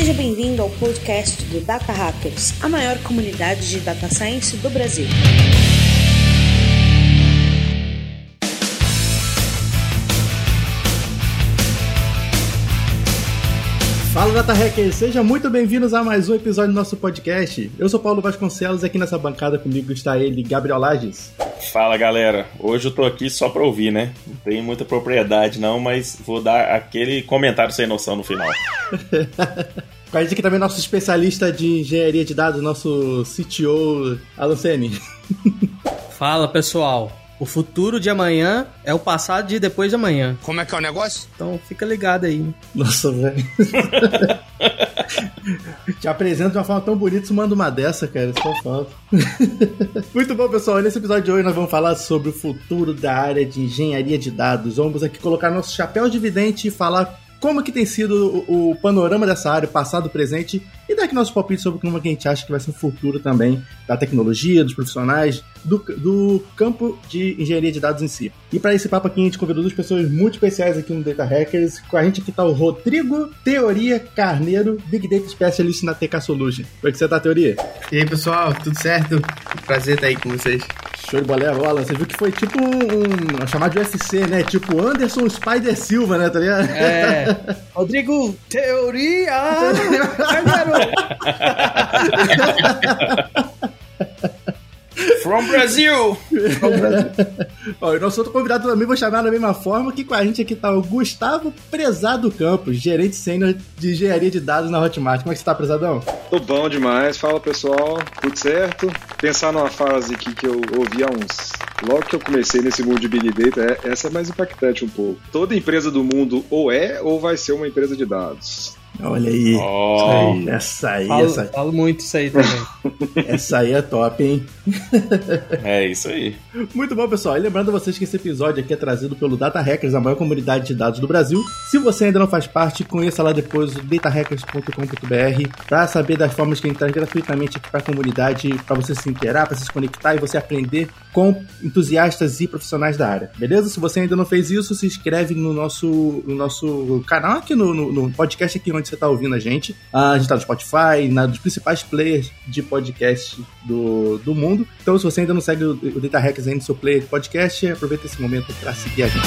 Seja bem-vindo ao podcast do Data Hackers, a maior comunidade de Data Science do Brasil. Fala, Data Hackers! Sejam muito bem-vindos a mais um episódio do nosso podcast. Eu sou Paulo Vasconcelos e aqui nessa bancada comigo está ele, Gabriel Lages. Fala, galera. Hoje eu tô aqui só pra ouvir, né? Não tem muita propriedade não, mas vou dar aquele comentário sem noção no final. Com a gente aqui também nosso especialista de engenharia de dados, nosso CTO, Alan Seni. Fala, pessoal. O futuro de amanhã é o passado de depois de amanhã. Como é que é o negócio? Então fica ligado aí. Nossa, velho. Te apresento de uma forma tão bonita, você manda uma dessa, cara. Só falta. Muito bom, pessoal. Nesse episódio de hoje nós vamos falar sobre o futuro da área de engenharia de dados. Vamos aqui colocar nosso chapéu de vidente e falar como que tem sido o panorama dessa área, passado, presente, e dar aqui nossos palpites sobre como que a gente acha que vai ser o futuro também da tecnologia, dos profissionais, do campo de engenharia de dados em si. E para esse papo aqui a gente convidou duas pessoas muito especiais aqui no Data Hackers. Com a gente aqui está o Rodrigo Teoria Carneiro, Big Data Specialist na TK Solution. Como é que você tá, Teoria? E aí, pessoal, tudo certo? Prazer estar aí com vocês. Show de bola, bola. Você viu que foi tipo um chamado de UFC, né? Tipo Anderson Spider Silva, né? Tá ligado? É. Rodrigo Teoria Carneiro. From Brasil! Ó, e nosso outro convidado também vou chamar da mesma forma, que com a gente aqui tá o Gustavo Prezado Campos, gerente sênior de engenharia de dados na Hotmart. Como é que você tá, Prezadão? Tô bom demais, fala pessoal, tudo certo? Pensar numa frase aqui que eu ouvi há uns... Logo que eu comecei nesse mundo de Big Data, essa é mais impactante um pouco. Toda empresa do mundo ou é ou vai ser uma empresa de dados. Olha aí. Oh. Essa aí. Falo muito isso aí também. Essa aí é top, hein? É isso aí. Muito bom, pessoal. E lembrando vocês que esse episódio aqui é trazido pelo Data Hackers, a maior comunidade de dados do Brasil. Se você ainda não faz parte, conheça lá depois o datahackers.com.br para saber das formas que a gente traz gratuitamente aqui para a comunidade, para você se inteirar, para se conectar e você aprender com entusiastas e profissionais da área. Beleza? Se você ainda não fez isso, se inscreve no nosso canal aqui no podcast aqui onde você está ouvindo a gente. A gente está no Spotify, dos principais players de podcast do mundo. Então, se você ainda não segue o Data Hackers aí no seu player de podcast, aproveita esse momento para seguir a gente.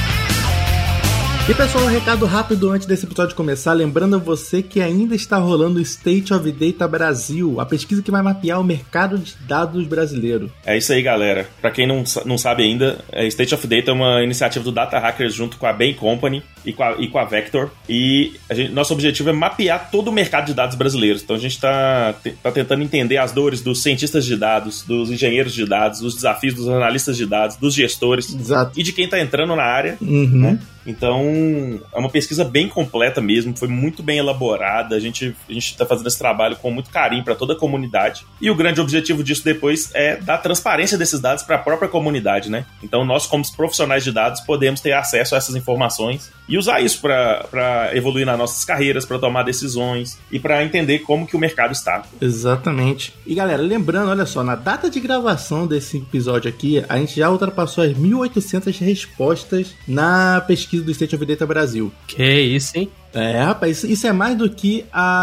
E pessoal, um recado rápido antes desse episódio começar, lembrando a você que ainda está rolando o State of Data Brasil, a pesquisa que vai mapear o mercado de dados brasileiro. É isso aí, galera. Pra quem não sabe ainda, State of Data é uma iniciativa do Data Hackers junto com a Bain Company e com a Vector. E nosso objetivo é mapear todo o mercado de dados brasileiros. Então a gente tá tentando entender as dores dos cientistas de dados, dos engenheiros de dados, dos desafios dos analistas de dados, dos gestores. Exato. E de quem tá entrando na área, Uhum. né? Então, é uma pesquisa bem completa mesmo, foi muito bem elaborada, a gente está fazendo esse trabalho com muito carinho para toda a comunidade. E o grande objetivo disso depois é dar transparência desses dados para a própria comunidade, né? Então, nós, como profissionais de dados, podemos ter acesso a essas informações e usar isso para evoluir nas nossas carreiras, para tomar decisões e para entender como que o mercado está. Exatamente. E galera, lembrando, olha só, na data de gravação desse episódio aqui, a gente já ultrapassou as 1.800 respostas na pesquisa do State of Data Brasil. Que isso, hein? É, rapaz, isso é mais do que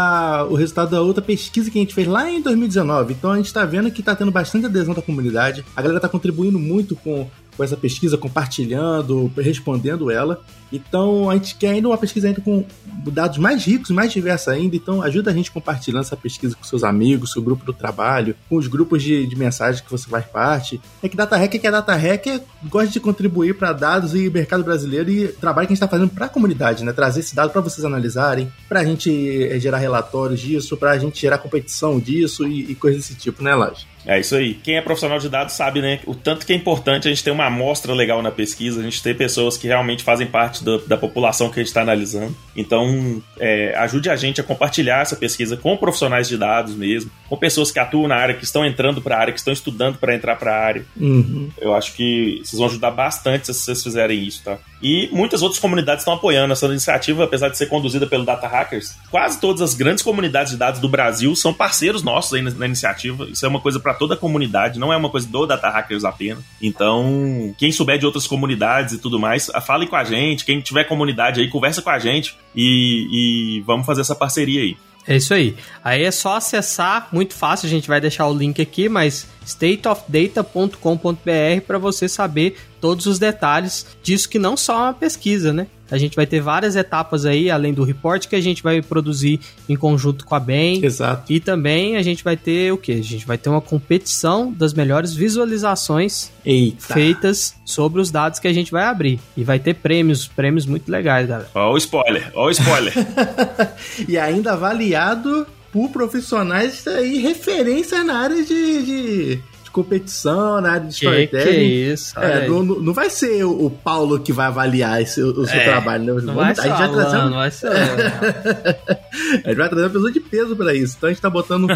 o resultado da outra pesquisa que a gente fez lá em 2019. Então a gente tá vendo que tá tendo bastante adesão da comunidade. A galera tá contribuindo muito com essa pesquisa, compartilhando, respondendo ela. Então a gente quer ainda uma pesquisa ainda com dados mais ricos, mais diversos ainda. Então ajuda a gente compartilhando essa pesquisa com seus amigos, seu grupo do trabalho, com os grupos de mensagem que você faz parte. É que Data Hacker, gosta de contribuir para dados e mercado brasileiro e trabalho que a gente está fazendo para a comunidade, né? Trazer esse dado para vocês analisarem, para a gente gerar relatórios disso, para a gente gerar competição disso e coisas desse tipo, né, Laje? É isso aí. Quem é profissional de dados sabe, né, o tanto que é importante a gente ter uma amostra legal na pesquisa, a gente ter pessoas que realmente fazem parte da população que a gente está analisando. Então, ajude a gente a compartilhar essa pesquisa com profissionais de dados mesmo, com pessoas que atuam na área, que estão entrando para a área, que estão estudando para entrar para a área. Uhum. Eu acho que vocês vão ajudar bastante se vocês fizerem isso, tá? E muitas outras comunidades estão apoiando essa iniciativa, apesar de ser conduzida pelo Data Hackers. Quase todas as grandes comunidades de dados do Brasil são parceiros nossos aí na iniciativa. Isso é uma coisa para toda a comunidade, não é uma coisa do Data Hackers apenas. Então, quem souber de outras comunidades e tudo mais, fale com a gente. Quem tiver comunidade aí, conversa com a gente e vamos fazer essa parceria aí. É isso aí. Aí é só acessar, muito fácil, a gente vai deixar o link aqui, mas stateofdata.com.br para você saber todos os detalhes disso, que não só é uma pesquisa, né? A gente vai ter várias etapas aí, além do report, que a gente vai produzir em conjunto com a BEM. Exato. E também a gente vai ter o quê? A gente vai ter uma competição das melhores visualizações feitas sobre os dados que a gente vai abrir. E vai ter prêmios muito legais, galera. Ó o spoiler. E ainda avaliado por profissionais aí, referência na área de competição, na área de storytelling. Que é isso? Não vai ser o Paulo que vai avaliar o seu trabalho, né? Não vai ser Alan, não vai ser A gente vai trazer uma pessoa de peso para isso. Então a gente tá botando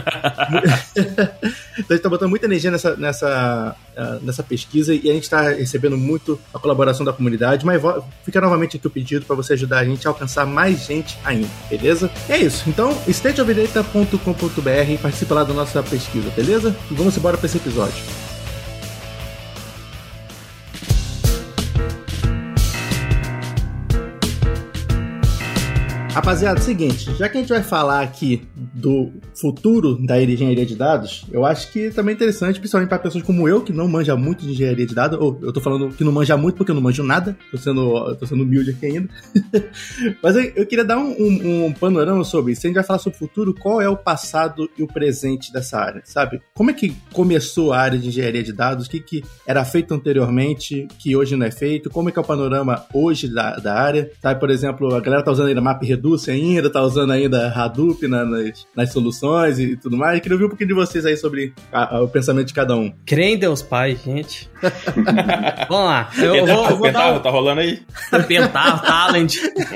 muita energia nessa pesquisa, e a gente está recebendo muito a colaboração da comunidade, mas fica novamente aqui o pedido para você ajudar a gente a alcançar mais gente ainda, beleza? É isso. Então, stateofdata.com.br, participa lá da nossa pesquisa, beleza? E vamos embora para esse episódio. Rapaziada, é o seguinte, já que a gente vai falar aqui do futuro da engenharia de dados, eu acho que também é interessante, principalmente para pessoas como eu, que não manja muito de engenharia de dados, ou eu tô falando que não manja muito porque eu não manjo nada, tô sendo humilde aqui ainda. Mas eu queria dar um panorama sobre isso. Se a gente vai falar sobre o futuro, qual é o passado e o presente dessa área, sabe? Como é que começou a área de engenharia de dados, o que era feito anteriormente, que hoje não é feito, como é que é o panorama hoje da área, sabe? Por exemplo, a galera tá usando ainda MapReduce ainda, tá usando ainda Hadoop nas soluções e tudo mais. Eu queria ouvir um pouquinho de vocês aí sobre o pensamento de cada um. Crê em Deus Pai, gente. Vamos lá. Pentarro, tá rolando aí? Pentarro, Talent.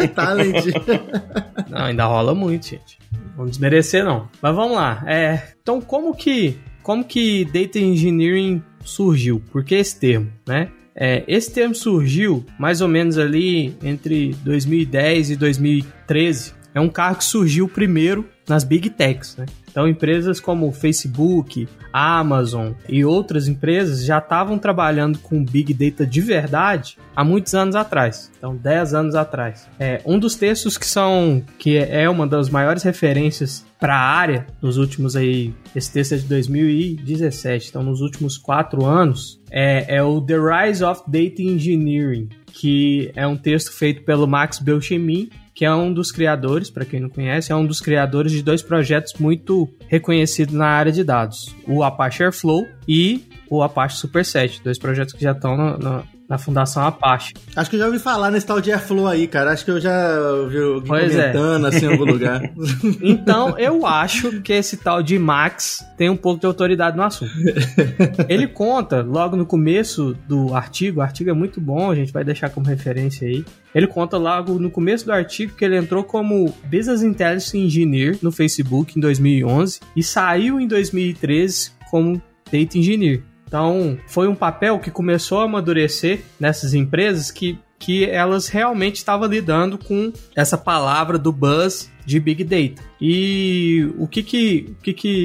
Não, ainda rola muito, gente. Não vamos desmerecer, não. Mas vamos lá. Então, como que Data Engineering surgiu? Por que esse termo, né? Esse termo surgiu mais ou menos ali entre 2010 e 2013. É um cargo que surgiu primeiro nas Big Techs, né? Então, empresas como Facebook, Amazon e outras empresas já estavam trabalhando com Big Data de verdade há muitos anos atrás. Então, 10 anos atrás. Um dos textos que é uma das maiores referências para a área nos últimos aí, esse texto é de 2017, então nos últimos 4 anos, é o The Rise of Data Engineering, que é um texto feito pelo Max Belchemin, que é um dos criadores, para quem não conhece, é um dos criadores de 2 projetos muito reconhecidos na área de dados, o Apache Airflow e o Apache Superset, 2 projetos que já estão na Fundação Apache. Acho que eu já ouvi falar nesse tal de Airflow aí, cara. Acho que eu já ouvi alguém comentando assim em algum lugar. Então, eu acho que esse tal de Max tem um pouco de autoridade no assunto. Ele conta, logo no começo do artigo, o artigo é muito bom, a gente vai deixar como referência aí. Ele conta logo no começo do artigo que ele entrou como Business Intelligence Engineer no Facebook em 2011 e saiu em 2013 como Data Engineer. Então, foi um papel que começou a amadurecer nessas empresas que elas realmente estavam lidando com essa palavra do buzz de Big Data. E por que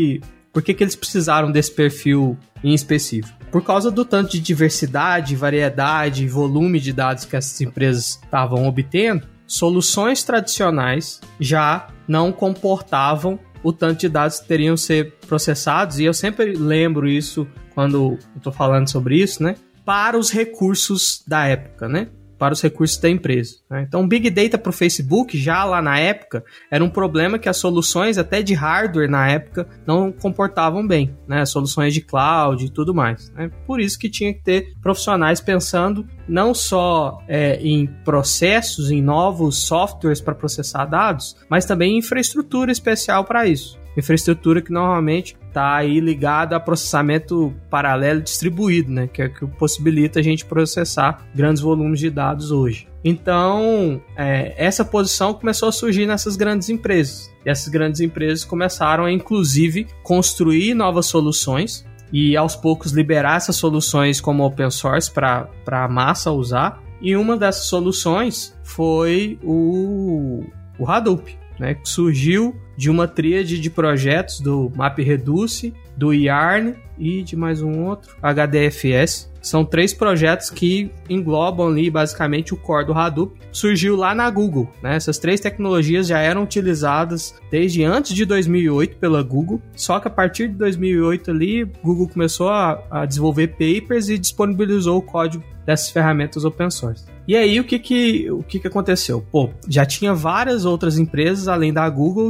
eles precisaram desse perfil em específico? Por causa do tanto de diversidade, variedade e volume de dados que essas empresas estavam obtendo, soluções tradicionais já não comportavam o tanto de dados que teriam que ser processados, e eu sempre lembro isso quando eu estou falando sobre isso, né? Para os recursos da época, né? Para os recursos da empresa, né? Então, Big Data para o Facebook, já lá na época, era um problema que as soluções, até de hardware na época, não comportavam bem, né? Soluções de cloud e tudo mais, né? Por isso que tinha que ter profissionais pensando não só em processos, em novos softwares para processar dados, mas também em infraestrutura especial para isso. Infraestrutura que normalmente está aí ligada a processamento paralelo distribuído, né? Que é o que possibilita a gente processar grandes volumes de dados hoje. Então, essa posição começou a surgir nessas grandes empresas. E essas grandes empresas começaram a, inclusive, construir novas soluções e, aos poucos, liberar essas soluções como open source para a massa usar. E uma dessas soluções foi o Hadoop, né, que surgiu de uma tríade de projetos do MapReduce, do Yarn e de mais um outro, HDFS, São 3 projetos que englobam ali basicamente o core do Hadoop. Surgiu lá na Google, né? Essas 3 tecnologias já eram utilizadas desde antes de 2008 pela Google, só que a partir de 2008 ali, Google começou a desenvolver papers e disponibilizou o código dessas ferramentas open source. E aí, o que aconteceu? Pô, já tinha várias outras empresas, além da Google,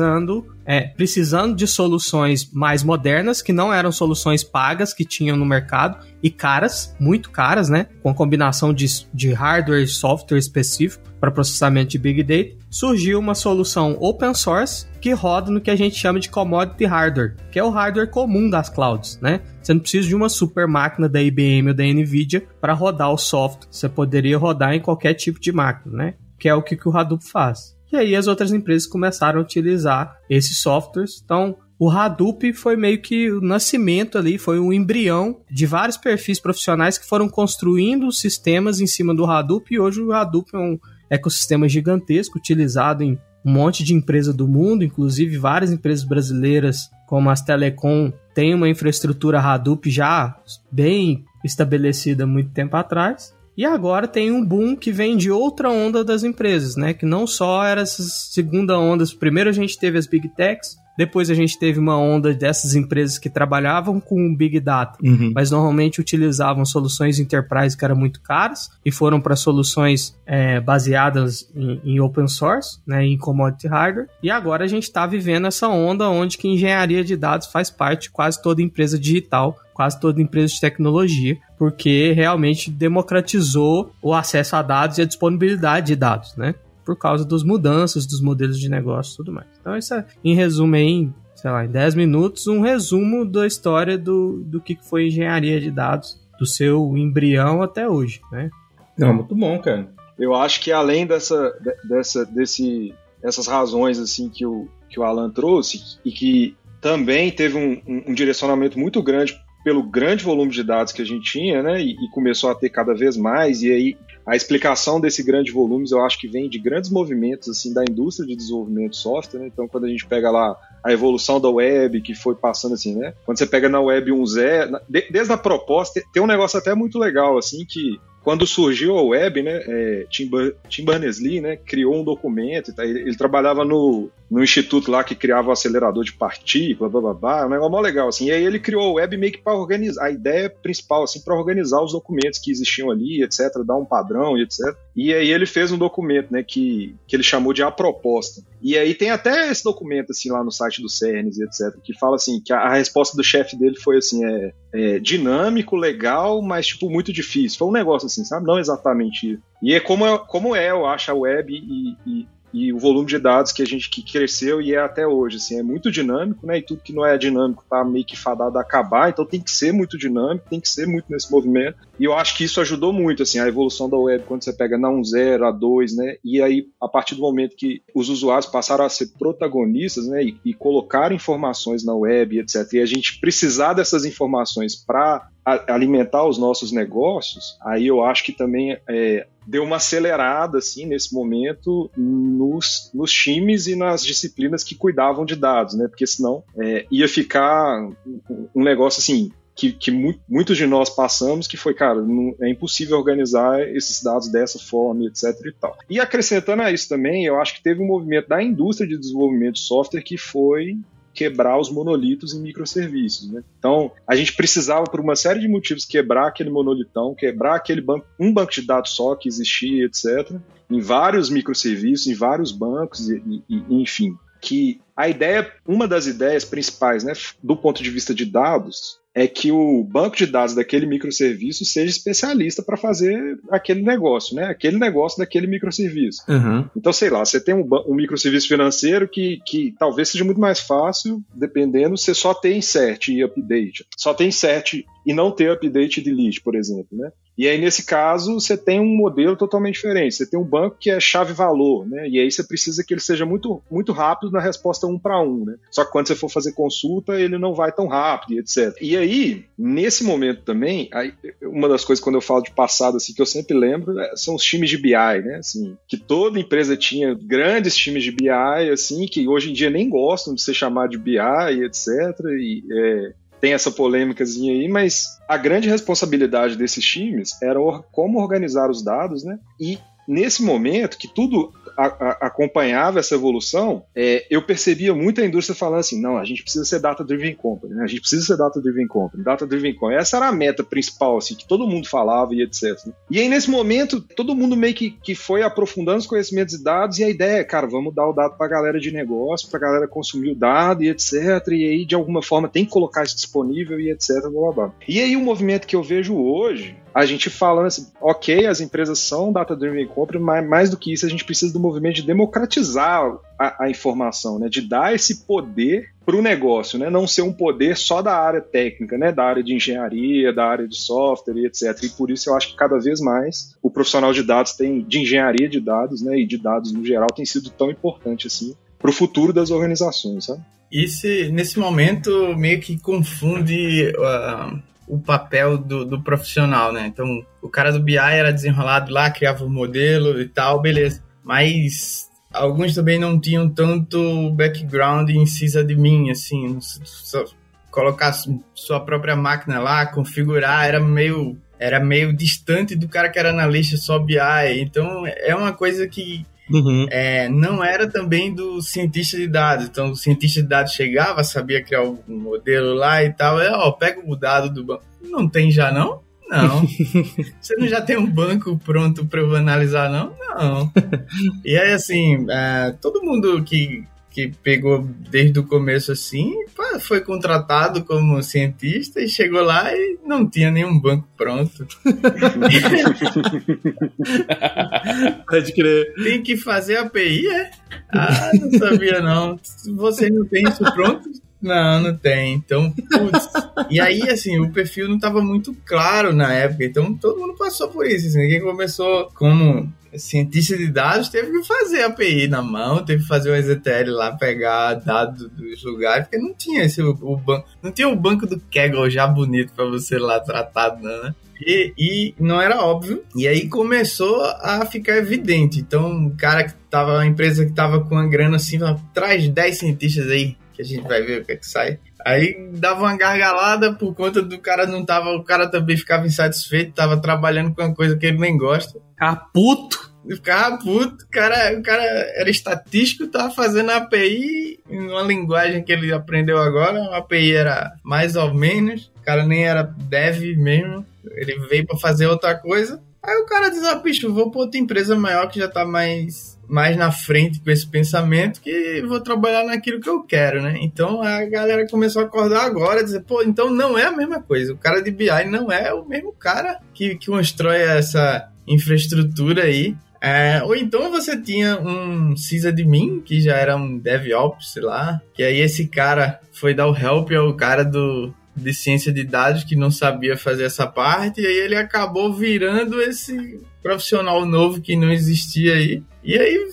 precisando de soluções mais modernas, que não eram soluções pagas que tinham no mercado, e caras, muito caras, né? Com combinação de hardware e software específico para processamento de Big Data. Surgiu uma solução open source que roda no que a gente chama de commodity hardware, que é o hardware comum das clouds, né? Você não precisa de uma super máquina da IBM ou da NVIDIA para rodar o software. Você poderia rodar em qualquer tipo de máquina, né? Que é o que o Hadoop faz. E aí as outras empresas começaram a utilizar esses softwares. Então, o Hadoop foi meio que o nascimento ali, foi um embrião de vários perfis profissionais que foram construindo sistemas em cima do Hadoop, e hoje o Hadoop é um ecossistema gigantesco, utilizado em um monte de empresas do mundo, inclusive várias empresas brasileiras, como as Telecom, têm uma infraestrutura Hadoop já bem estabelecida há muito tempo atrás. E agora tem um boom que vem de outra onda das empresas, né? Que não só era essa segunda onda. Primeiro a gente teve as Big Techs, depois a gente teve uma onda dessas empresas que trabalhavam com Big Data, mas normalmente utilizavam soluções enterprise que eram muito caras e foram para soluções baseadas em open source, né, em commodity hardware. E agora a gente está vivendo essa onda onde que engenharia de dados faz parte de quase toda empresa digital, quase toda empresa de tecnologia, porque realmente democratizou o acesso a dados e a disponibilidade de dados, né? Por causa das mudanças dos modelos de negócio e tudo mais. Então isso é, em resumo aí, em 10 minutos, um resumo da história do que foi engenharia de dados, do seu embrião até hoje, né? Não, muito bom, cara. Eu acho que além dessas razões assim que o Alan trouxe, e que também teve um direcionamento muito grande pelo grande volume de dados que a gente tinha, né, e começou a ter cada vez mais, e aí a explicação desse grande volume eu acho que vem de grandes movimentos assim, da indústria de desenvolvimento de software, né? Então quando a gente pega lá a evolução da web, que foi passando assim, né, quando você pega na web 1.0, desde a proposta, tem um negócio até muito legal, assim, que quando surgiu a web, né, Tim Berners-Lee, né, criou um documento, ele trabalhava no instituto lá que criava o acelerador de partículas, blá, blá, blá, um negócio mó legal, assim, e aí ele criou a web meio que para organizar, a ideia principal, assim, para organizar os documentos que existiam ali, etc, dar um padrão e etc, e aí ele fez um documento, né, que ele chamou de A Proposta, e aí tem até esse documento, assim, lá no site do Cernes e etc, que fala, assim, que a resposta do chefe dele foi, assim, dinâmico, legal, mas, tipo, muito difícil, foi um negócio assim, sabe? Não exatamente isso. E é como eu acho, a web e o volume de dados que cresceu e é até hoje, assim, é muito dinâmico, né? E tudo que não é dinâmico tá meio que fadado a acabar, então tem que ser muito dinâmico, tem que ser muito nesse movimento. E eu acho que isso ajudou muito, assim, a evolução da web, quando você pega na 1.0, a 2, né? E aí, a partir do momento que os usuários passaram a ser protagonistas, né? E colocar informações na web, etc. E a gente precisar dessas informações para alimentar os nossos negócios, aí eu acho que também deu uma acelerada, assim, nesse momento nos times e nas disciplinas que cuidavam de dados, né? Porque senão ia ficar um negócio, assim, que muitos de nós passamos, que foi, cara, é impossível organizar esses dados dessa forma, etc e tal. E acrescentando a isso também, eu acho que teve um movimento da indústria de desenvolvimento de software que foi quebrar os monolitos em microserviços, né? Então, a gente precisava, por uma série de motivos, quebrar aquele monolitão, quebrar aquele um banco de dados só que existia, etc., em vários microserviços, em vários bancos, enfim. Que uma das ideias principais, né, do ponto de vista de dados, é que o banco de dados daquele microserviço seja especialista para fazer aquele negócio, né? Aquele negócio daquele microserviço. Uhum. Então, sei lá, você tem um microserviço financeiro que talvez seja muito mais fácil, dependendo, você só ter insert e update. Só ter insert e não ter update e delete, por exemplo, né? E aí, nesse caso, você tem um modelo totalmente diferente. Você tem um banco que é chave-valor, né? E aí você precisa que ele seja muito, muito rápido na resposta 1 para 1, né? Só que quando você for fazer consulta, ele não vai tão rápido, etc. E aí, nesse momento também, uma das coisas, quando eu falo de passado, assim, que eu sempre lembro, são os times de BI, né? Assim, que toda empresa tinha grandes times de BI, assim, que hoje em dia nem gostam de ser chamado de BI, etc. tem essa polêmicazinha aí, mas a grande responsabilidade desses times era como organizar os dados, né? E nesse momento que tudo acompanhava essa evolução, eu percebia muito a indústria falando assim, não, a gente precisa ser data-driven company, né? A gente precisa ser data-driven company, data-driven company. Essa era a meta principal, assim, que todo mundo falava e etc. E aí, nesse momento, todo mundo meio que foi aprofundando os conhecimentos de dados e a ideia é, cara, vamos dar o dado pra galera de negócio, pra galera consumir o dado e etc. E aí, de alguma forma, tem que colocar isso disponível e etc. Blá, blá, blá. E aí, o movimento que eu vejo hoje, a gente falando assim, ok, as empresas são data-driven company, mas mais do que isso, a gente precisa do movimento de democratizar a informação, né? De dar esse poder para o negócio, né? Não ser um poder só da área técnica, né? Da área de engenharia, da área de software e etc. E por isso eu acho que cada vez mais o profissional de dados de engenharia de dados, né? E de dados no geral tem sido tão importante assim para o futuro das organizações, sabe? Isso, nesse momento, meio que confunde o papel do profissional, né? Então, o cara do BI era desenrolado lá, criava um modelo e tal, beleza. Mas alguns também não tinham tanto background em sysadmin, assim, colocar sua própria máquina lá, configurar, era meio distante do cara que era analista só BI. Então, é uma coisa que não era também do cientista de dados. Então, o cientista de dados chegava, sabia criar um modelo lá e tal. Pega o dado do banco. Não tem já, não? Não. Você não já tem um banco pronto para eu analisar, não? Não. E aí, assim, todo mundo que pegou desde o começo assim, foi contratado como cientista e chegou lá e não tinha nenhum banco pronto. Pode crer. Tem que fazer API, não sabia não. Você não tem isso pronto? Não tem. Então, putz. E aí, assim, o perfil não estava muito claro na época, então todo mundo passou por isso. Assim, quem começou como cientista de dados teve que fazer a API na mão, teve que fazer o EZTL lá, pegar dados dos lugares, porque não tinha o banco, não tinha o banco do Kaggle já bonito para você lá tratado, né? E não era óbvio. E aí começou a ficar evidente. Então, o cara que tava, a empresa que tava com a grana assim, traz 10 cientistas aí, que a gente vai ver o que é que sai. Aí dava uma gargalada por conta do cara não tava, o cara também ficava insatisfeito, tava trabalhando com uma coisa que ele nem gosta. Ficava puto, o cara era estatístico, tava fazendo a API em uma linguagem que ele aprendeu agora, a API era mais ou menos, o cara nem era dev mesmo, ele veio pra fazer outra coisa. Aí o cara diz, bicho, vou pra outra empresa maior que já tá mais na frente com esse pensamento, que vou trabalhar naquilo que eu quero, né? Então a galera começou a acordar agora, dizer, então não é a mesma coisa. O cara de BI não é o mesmo cara que constrói essa infraestrutura aí. Ou então você tinha um sysadmin, que já era um DevOps, sei lá, que aí esse cara foi dar o help ao cara de ciência de dados que não sabia fazer essa parte, e aí ele acabou virando esse profissional novo que não existia aí. E aí,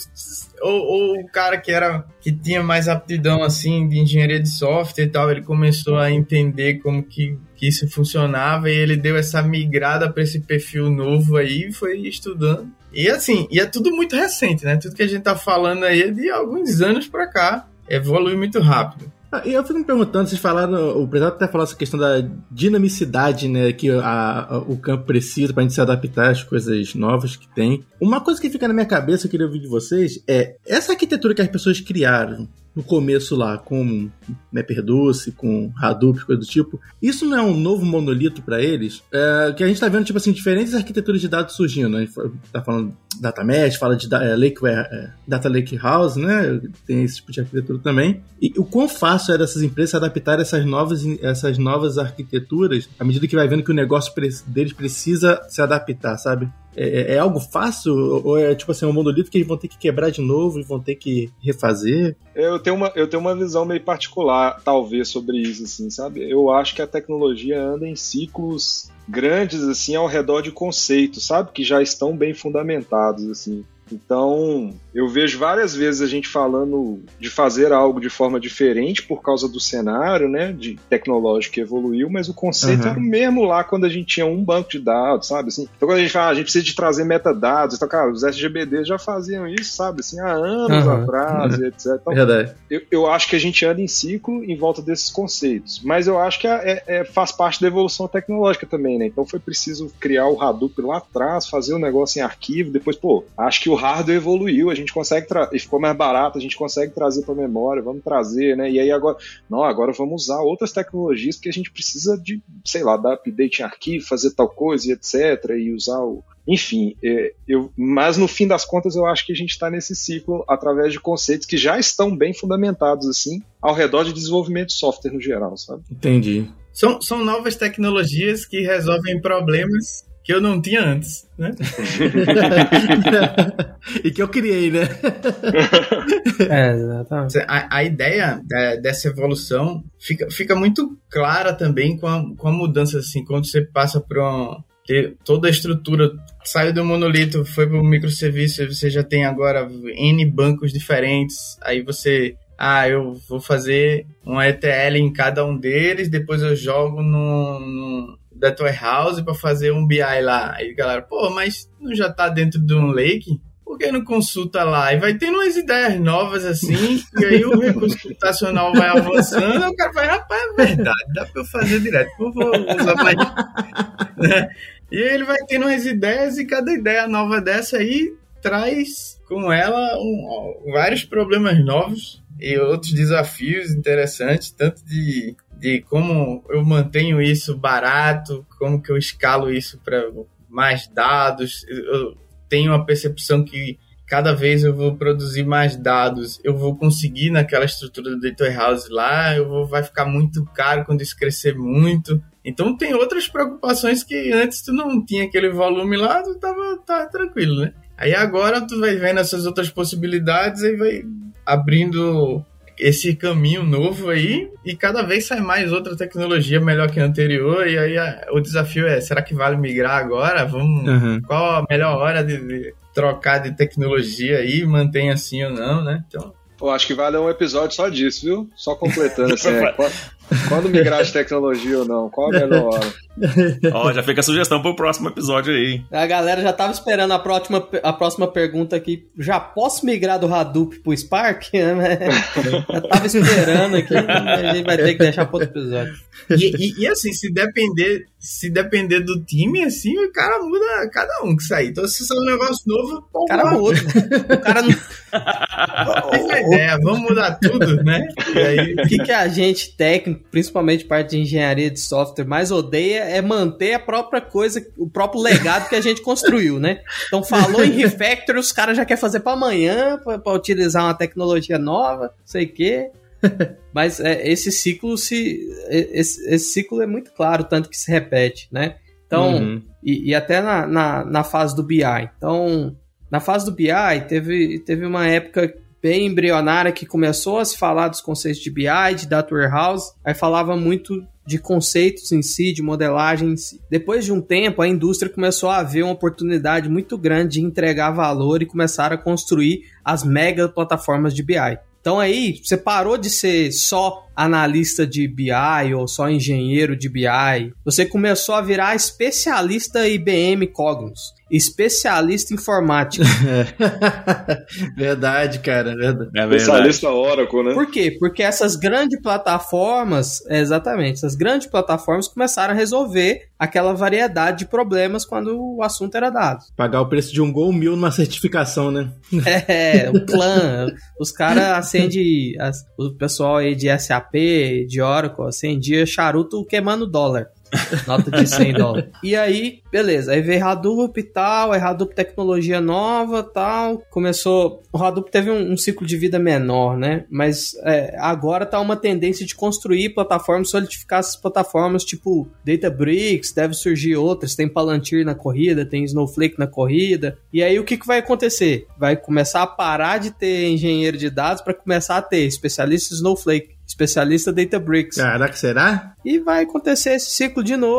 ou o cara que tinha mais aptidão assim de engenharia de software e tal, ele começou a entender como que isso funcionava, e ele deu essa migrada para esse perfil novo aí e foi estudando. E assim, é tudo muito recente, né? Tudo que a gente tá falando aí é de alguns anos para cá, evolui muito rápido. E eu fico me perguntando, vocês falaram, o Presidente até falou essa questão da dinamicidade, né, que o campo precisa pra gente se adaptar às coisas novas que tem. Uma coisa que fica na minha cabeça, eu queria ouvir de vocês, é essa arquitetura que as pessoas criaram no começo lá, com MapReduce, com Hadoop, coisa do tipo, isso não é um novo monolito para eles? Que a gente tá vendo, tipo assim, diferentes arquiteturas de dados surgindo. A gente tá falando Data Mesh, fala de Data Lake House, né? Tem esse tipo de arquitetura também. E o quão fácil é dessas empresas se adaptarem a essas novas arquiteturas à medida que vai vendo que o negócio deles precisa se adaptar, sabe? É algo fácil? Ou é tipo assim, um monolito que eles vão ter que quebrar de novo e vão ter que refazer? Eu tenho uma visão meio particular, talvez, sobre isso, assim, sabe? Eu acho que a tecnologia anda em ciclos grandes, assim, ao redor de conceitos, sabe? Que já estão bem fundamentados, assim. Então, eu vejo várias vezes a gente falando de fazer algo de forma diferente por causa do cenário, né, de tecnológico que evoluiu, mas o conceito era o mesmo lá quando a gente tinha um banco de dados, sabe? Assim, então, quando a gente fala, a gente precisa de trazer metadados, então, cara, os SGBDs já faziam isso, sabe? Assim, há anos atrás, etc. Então, verdade. Eu acho que a gente anda em ciclo em volta desses conceitos, mas eu acho que faz parte da evolução tecnológica também, né? Então foi preciso criar o Hadoop lá atrás, fazer o negócio em arquivo, depois, acho que o hardware evoluiu, a gente consegue e ficou mais barato, a gente consegue trazer para memória, vamos trazer, né? E aí agora vamos usar outras tecnologias porque a gente precisa de, sei lá, dar update em arquivo, fazer tal coisa e etc, e usar enfim, mas no fim das contas eu acho que a gente está nesse ciclo através de conceitos que já estão bem fundamentados assim, ao redor de desenvolvimento de software no geral, sabe? Entendi. São novas tecnologias que resolvem problemas que eu não tinha antes, né? E que eu criei, né? Exatamente. A ideia dessa evolução fica muito clara também com a mudança, assim, quando você passa por toda a estrutura saiu do monolito, foi para o microserviço, você já tem agora N bancos diferentes, aí você... eu vou fazer um ETL em cada um deles, depois eu jogo no Data Warehouse para fazer um BI lá. Aí galera, mas não já tá dentro de um lake? Por que não consulta lá? E vai tendo umas ideias novas assim, e aí o recurso computacional vai avançando, o cara vai, rapaz, é verdade, dá para eu fazer direto, eu vou usar mais... né? E aí ele vai tendo umas ideias e cada ideia nova dessa aí traz com ela vários problemas novos e outros desafios interessantes, tanto de como eu mantenho isso barato, como que eu escalo isso para mais dados. Eu tenho a percepção que cada vez eu vou produzir mais dados, eu vou conseguir naquela estrutura do Data Warehouse lá, vai ficar muito caro quando isso crescer muito. Então tem outras preocupações que antes tu não tinha aquele volume lá, tu tava tranquilo, né? Aí agora tu vai vendo essas outras possibilidades e vai abrindo esse caminho novo aí e cada vez sai mais outra tecnologia melhor que a anterior e aí o desafio é, será que vale migrar agora? Qual a melhor hora de trocar de tecnologia aí, mantém assim ou não, né? Então... acho que vale um episódio só disso, viu? Só completando assim, quando migrar de tecnologia ou não, qual a melhor hora? Já fica a sugestão pro próximo episódio aí. A galera já tava esperando a próxima pergunta aqui. Já posso migrar do Hadoop pro Spark? Já tava esperando aqui, a gente vai ter que deixar pro outro episódio. E assim, se depender do time, assim, o cara muda cada um que sair. Então, se é um negócio novo, o cara muda. O cara não... Fica a ideia, vamos mudar tudo, né? E aí... O que a gente técnico, principalmente parte de engenharia de software, mais odeia é manter a própria coisa, o próprio legado que a gente construiu, né? Então, falou em refactor, os caras já querem fazer para amanhã, para utilizar uma tecnologia nova, não sei o quê. Mas esse ciclo esse ciclo é muito claro, tanto que se repete, né? Então, e até na fase do BI. Então, na fase do BI, teve uma época bem embrionária que começou a se falar dos conceitos de BI, de Data Warehouse, aí falava muito de conceitos em si, de modelagem em si. Depois de um tempo, a indústria começou a ver uma oportunidade muito grande de entregar valor e começaram a construir as mega plataformas de BI. Então aí, você parou de ser só analista de BI ou só engenheiro de BI. Você começou a virar especialista IBM Cognos, especialista em informática. Verdade, cara. Verdade. Especialista Oracle, né? Por quê? Porque essas grandes plataformas, essas grandes plataformas começaram a resolver aquela variedade de problemas quando o assunto era dado. Pagar o preço de um Gol 1000 numa certificação, né? O clã, os caras acendem, o pessoal aí de SAP, de Oracle, acendia charuto queimando dólar. Nota de $100. E aí, beleza. Aí veio Hadoop e tal. Aí Hadoop tecnologia nova e tal. Começou... O Hadoop teve um ciclo de vida menor, né? Mas agora tá uma tendência de construir plataformas, solidificar essas plataformas tipo Databricks, deve surgir outras. Tem Palantir na corrida, tem Snowflake na corrida. E aí o que vai acontecer? Vai começar a parar de ter engenheiro de dados para começar a ter especialista Snowflake, especialista Databricks. Caraca, será? E vai acontecer esse ciclo de novo.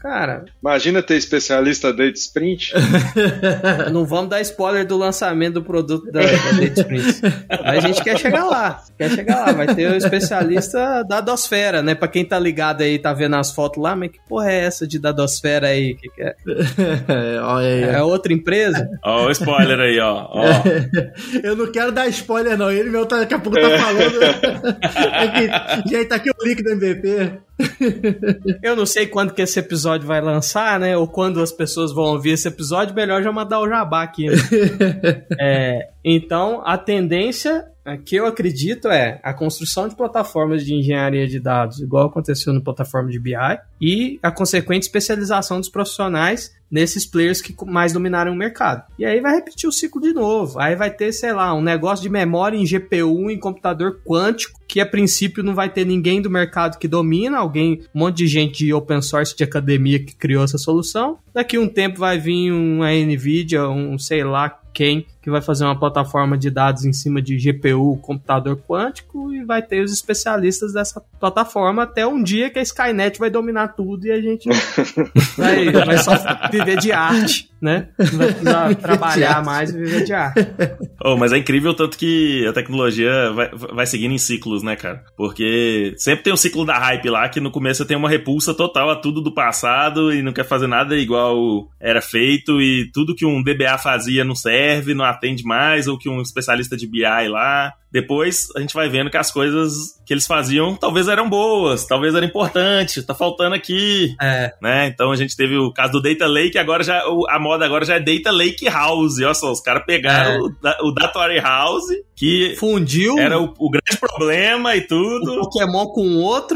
Cara... Imagina ter especialista Data Sprint. Não vamos dar spoiler do lançamento do produto da Data Sprint. Mas a gente quer chegar lá. Vai ter o especialista da Dadosfera, né? Pra quem tá ligado aí, tá vendo as fotos lá, mas que porra é essa de Dadosfera aí? Que é? Olha aí. É outra empresa? Ó, o spoiler aí, ó. Eu não quero dar spoiler, não. Ele mesmo daqui a pouco tá falando. Gente, tá aqui o link do MVP. Eu não sei quando que esse episódio vai lançar, né? Ou quando as pessoas vão ouvir esse episódio, melhor já mandar o jabá aqui, né? Então, a tendência que eu acredito é a construção de plataformas de engenharia de dados, igual aconteceu no plataforma de BI, e a consequente especialização dos profissionais nesses players que mais dominaram o mercado. E aí vai repetir o ciclo de novo. Aí vai ter, sei lá, um negócio de memória em GPU, em computador quântico, que a princípio não vai ter ninguém do mercado que domina, um monte de gente de open source, de academia que criou essa solução. Daqui a um tempo vai vir uma NVIDIA, sei lá quem, que vai fazer uma plataforma de dados em cima de GPU, computador quântico, e vai ter os especialistas dessa plataforma até um dia que a Skynet vai dominar tudo e a gente vai só viver de arte, né? Não vai precisar trabalhar mais e viver de arte. Mas é incrível tanto que a tecnologia vai seguindo em ciclos, né, cara? Porque sempre tem um ciclo da hype lá, que no começo você tem uma repulsa total a tudo do passado e não quer fazer nada igual era feito, e tudo que um DBA fazia não serve, não atende mais, ou que um especialista de BI lá. Depois a gente vai vendo que as coisas que eles faziam talvez eram boas, talvez eram importantes, tá faltando aqui, né? Então a gente teve o caso do Data Lake, agora a moda agora já é Data Lake House. Olha só, os caras pegaram o Data Warehouse, que fundiu, era o grande problema e tudo. Um Pokémon com o outro.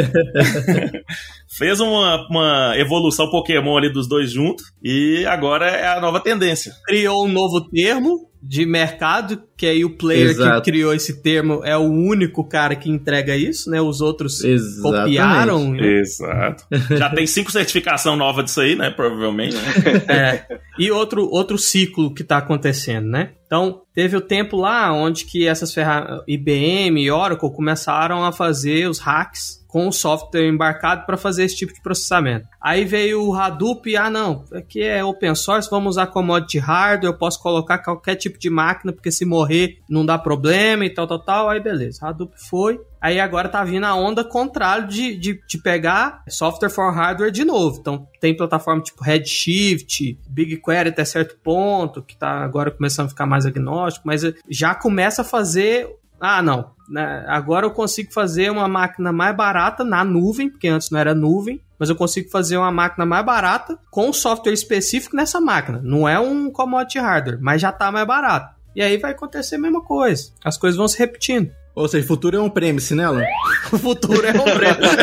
Fez uma evolução Pokémon ali dos dois juntos, e agora é a nova tendência. Criou um novo termo de mercado, que aí o player que criou esse termo é o único cara que entrega isso, né? Os outros copiaram. Né? Exato. Já tem 5 certificação nova disso aí, né? Provavelmente. E outro ciclo que tá acontecendo, né? Então, teve o tempo lá onde que essas ferramentas, IBM e Oracle, começaram a fazer os hacks com o software embarcado para fazer esse tipo de processamento. Aí veio o Hadoop, não, aqui é open source, vamos usar commodity hardware, eu posso colocar qualquer tipo de máquina, porque se morrer não dá problema e tal, aí beleza, Hadoop foi. Aí agora tá vindo a onda contrária de pegar software for hardware de novo. Então tem plataforma tipo Redshift, BigQuery até certo ponto, que tá agora começando a ficar mais agnóstico, mas já começa a fazer... agora eu consigo fazer uma máquina mais barata na nuvem, porque antes não era nuvem, mas eu consigo fazer uma máquina mais barata com um software específico nessa máquina. Não é um commodity hardware, mas já tá mais barato. E aí vai acontecer a mesma coisa. As coisas vão se repetindo. Ou seja, o futuro é um premise, né, Alan? O futuro é um premise.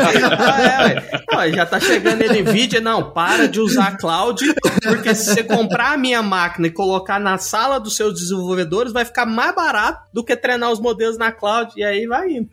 Já tá chegando a NVIDIA, para de usar cloud, porque se você comprar a minha máquina e colocar na sala dos seus desenvolvedores, vai ficar mais barato do que treinar os modelos na cloud, e aí vai indo.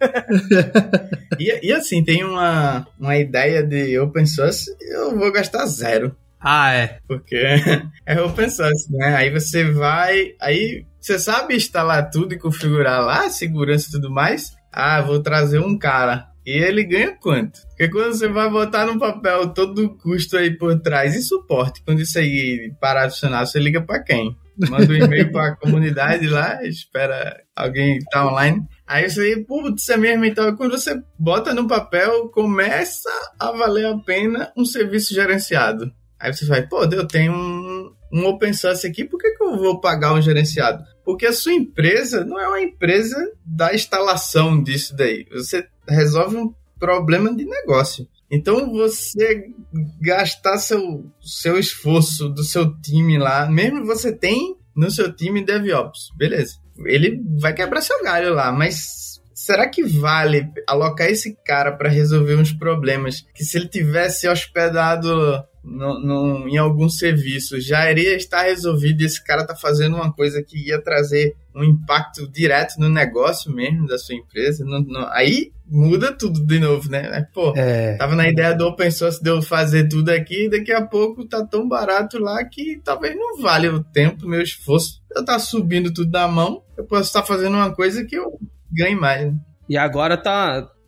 E assim, tem uma ideia de open source, eu vou gastar 0. Porque é open source, né? Aí você vai... Você sabe instalar tudo e configurar lá, segurança e tudo mais? Vou trazer um cara. E ele ganha quanto? Porque quando você vai botar no papel todo o custo aí por trás e suporte, quando isso aí parar de funcionar, você liga pra quem? Manda um e-mail pra comunidade lá, espera alguém estar online. Aí você, é mesmo, então quando você bota no papel, começa a valer a pena um serviço gerenciado. Aí você vai, eu tenho um open source aqui, por que eu vou pagar um gerenciado? Porque a sua empresa não é uma empresa da instalação disso daí. Você resolve um problema de negócio. Então, você gastar seu esforço do seu time lá, mesmo você tem no seu time DevOps, beleza. Ele vai quebrar seu galho lá, mas será que vale alocar esse cara para resolver uns problemas que, se ele tivesse hospedado em algum serviço, já iria estar resolvido, e esse cara tá fazendo uma coisa que ia trazer um impacto direto no negócio mesmo da sua empresa? Aí muda tudo de novo, né? Tava na ideia do open source de eu fazer tudo aqui, e daqui a pouco tá tão barato lá que talvez não vale o tempo, meu esforço. Eu tá subindo tudo na mão, eu posso estar fazendo uma coisa que eu ganhe mais, né? E agora tá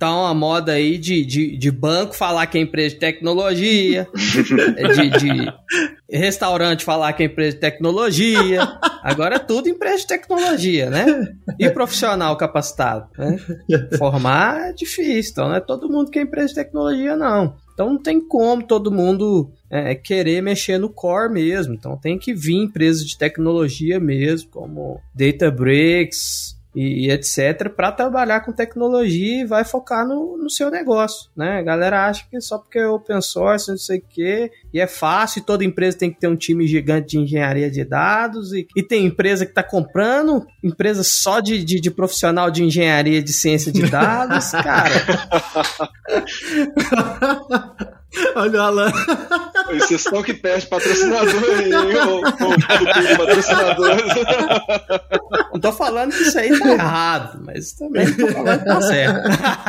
tá uma moda aí de banco falar que é empresa de tecnologia, de restaurante falar que é empresa de tecnologia. Agora é tudo empresa de tecnologia, né? E profissional capacitado, né? Formar é difícil, então não é todo mundo que é empresa de tecnologia, não. Então não tem como todo mundo querer mexer no core mesmo. Então tem que vir empresas de tecnologia mesmo, como Databricks e etc, para trabalhar com tecnologia e vai focar no seu negócio, né? A galera acha que só porque é open source, não sei o quê, e é fácil, e toda empresa tem que ter um time gigante de engenharia de dados, e tem empresa que tá comprando, empresa só de profissional de engenharia de ciência de dados, cara. Olha o Alan. Exceção que perde patrocinador aí, o patrocinador. Não tô falando que isso aí tá errado, mas também não tô falando que tá certo.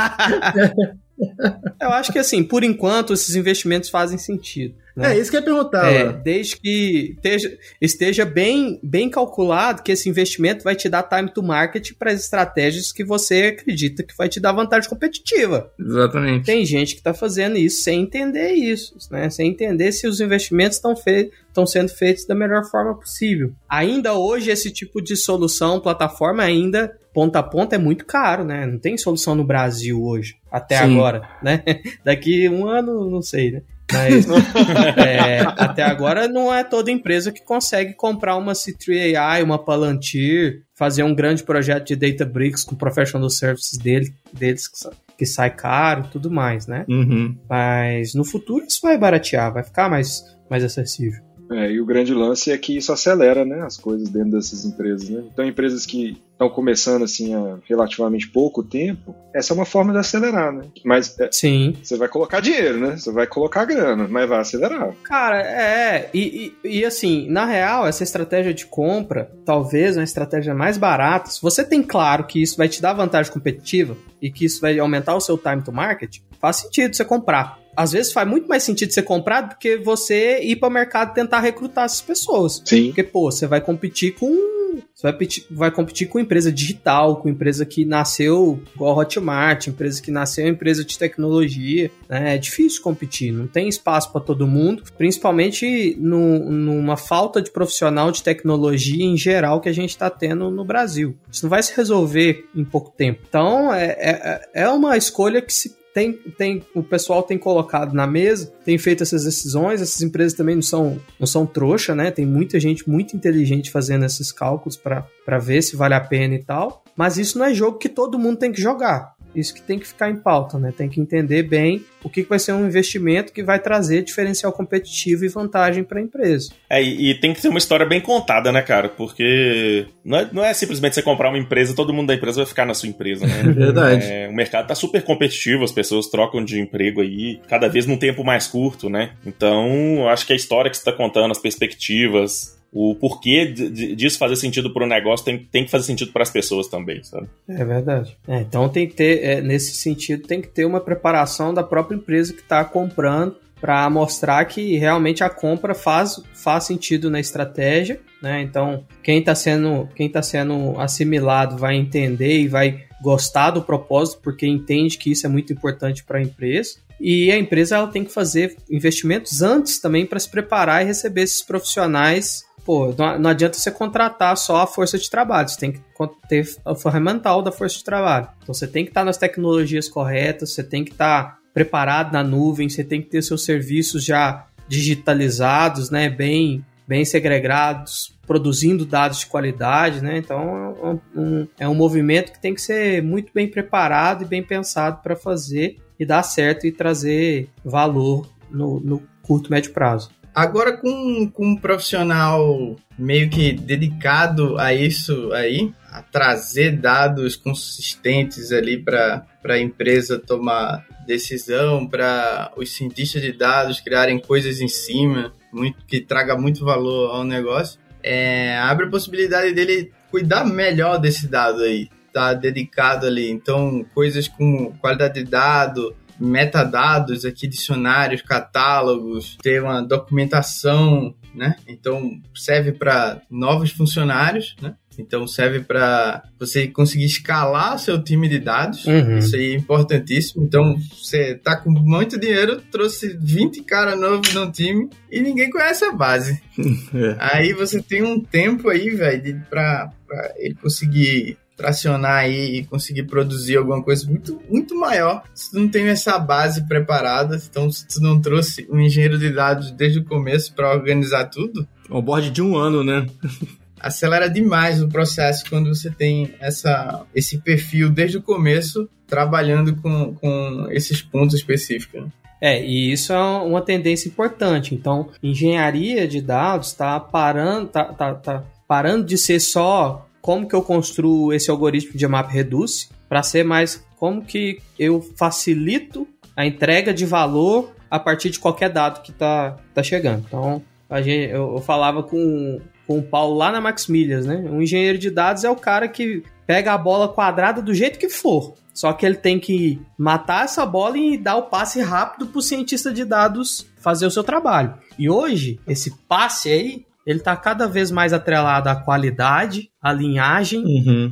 Eu acho que, assim, por enquanto, esses investimentos fazem sentido. Né? É isso que eu ia perguntar. Desde que esteja bem calculado que esse investimento vai te dar time to market para as estratégias que você acredita que vai te dar vantagem competitiva. Exatamente. Tem gente que está fazendo isso sem entender isso, né? Sem entender se os investimentos estão sendo feitos da melhor forma possível. Ainda hoje, esse tipo de solução, plataforma, ainda ponta a ponta é muito caro, né? Não tem solução no Brasil hoje, até agora, né? Daqui um ano, não sei, né? Mas até agora não é toda empresa que consegue comprar uma C3 AI, uma Palantir, fazer um grande projeto de Databricks com professional services deles que sai caro e tudo mais, né? Uhum. Mas no futuro isso vai baratear, vai ficar mais acessível. E o grande lance é que isso acelera, né, as coisas dentro dessas empresas, né? Então, empresas que estão começando assim há relativamente pouco tempo, essa é uma forma de acelerar, né? Mas sim, você vai colocar dinheiro, né? Você vai colocar grana, mas vai acelerar. Cara, e assim, na real, essa estratégia de compra, talvez uma estratégia mais barata, se você tem claro que isso vai te dar vantagem competitiva e que isso vai aumentar o seu time to market, faz sentido você comprar. Às vezes faz muito mais sentido você comprar do que você ir para o mercado e tentar recrutar essas pessoas. Sim. Porque, você vai competir com... Você vai competir com empresa digital, com empresa que nasceu igual a Hotmart, empresa que nasceu empresa de tecnologia, né? É difícil competir, não tem espaço para todo mundo, principalmente numa falta de profissional de tecnologia em geral que a gente está tendo no Brasil. Isso não vai se resolver em pouco tempo. Então, é uma escolha que o pessoal tem colocado na mesa, tem feito essas decisões, essas empresas também não são trouxa, né? Tem muita gente muito inteligente fazendo esses cálculos para ver se vale a pena e tal, mas isso não é jogo que todo mundo tem que jogar. Isso que tem que ficar em pauta, né? Tem que entender bem o que vai ser um investimento que vai trazer diferencial competitivo e vantagem para a empresa. E tem que ter uma história bem contada, né, cara? Porque não é simplesmente você comprar uma empresa, todo mundo da empresa vai ficar na sua empresa, né? Verdade. O mercado tá super competitivo, as pessoas trocam de emprego aí, cada vez num tempo mais curto, né? Então, eu acho que a história que você tá contando, as perspectivas, o porquê disso fazer sentido para o negócio tem que fazer sentido para as pessoas também, sabe? É verdade. Então tem que ter, nesse sentido, tem que ter uma preparação da própria empresa que está comprando para mostrar que realmente a compra faz sentido na estratégia, né? Então quem está sendo assimilado vai entender e vai gostar do propósito porque entende que isso é muito importante para a empresa. E a empresa ela tem que fazer investimentos antes também para se preparar e receber esses profissionais. Não adianta você contratar só a força de trabalho, você tem que ter o ferramental da força de trabalho. Então você tem que estar nas tecnologias corretas, você tem que estar preparado na nuvem, você tem que ter seus serviços já digitalizados, né, bem segregados, produzindo dados de qualidade, né? Então é um movimento que tem que ser muito bem preparado e bem pensado para fazer e dar certo e trazer valor no curto, médio prazo. Agora, com um profissional meio que dedicado a isso aí, a trazer dados consistentes ali para a empresa tomar decisão, para os cientistas de dados criarem coisas em cima, que traga muito valor ao negócio, abre a possibilidade dele cuidar melhor desse dado aí, tá dedicado ali. Então, coisas com qualidade de dado, metadados aqui, dicionários, catálogos, ter uma documentação, né? Então serve para novos funcionários, né? Então serve para você conseguir escalar seu time de dados. Isso aí é importantíssimo. Então você tá com muito dinheiro, trouxe 20 caras novos no time e ninguém conhece a base. Aí você tem um tempo aí, velho, pra ele conseguir tracionar aí e conseguir produzir alguma coisa muito, muito maior se tu não tem essa base preparada. Então, se tu não trouxe um engenheiro de dados desde o começo para organizar tudo, um board de 1 ano, né? Acelera demais o processo quando você tem esse perfil desde o começo trabalhando com esses pontos específicos, né? E isso é uma tendência importante. Então, engenharia de dados está parando de ser só como que eu construo esse algoritmo de MapReduce para ser mais como que eu facilito a entrega de valor a partir de qualquer dado que tá chegando. Então, eu falava com o Paulo lá na Maxmillias, né? Um engenheiro de dados é o cara que pega a bola quadrada do jeito que for. Só que ele tem que matar essa bola e dar o passe rápido pro cientista de dados fazer o seu trabalho. E hoje, esse passe aí, ele está cada vez mais atrelado à qualidade, à linhagem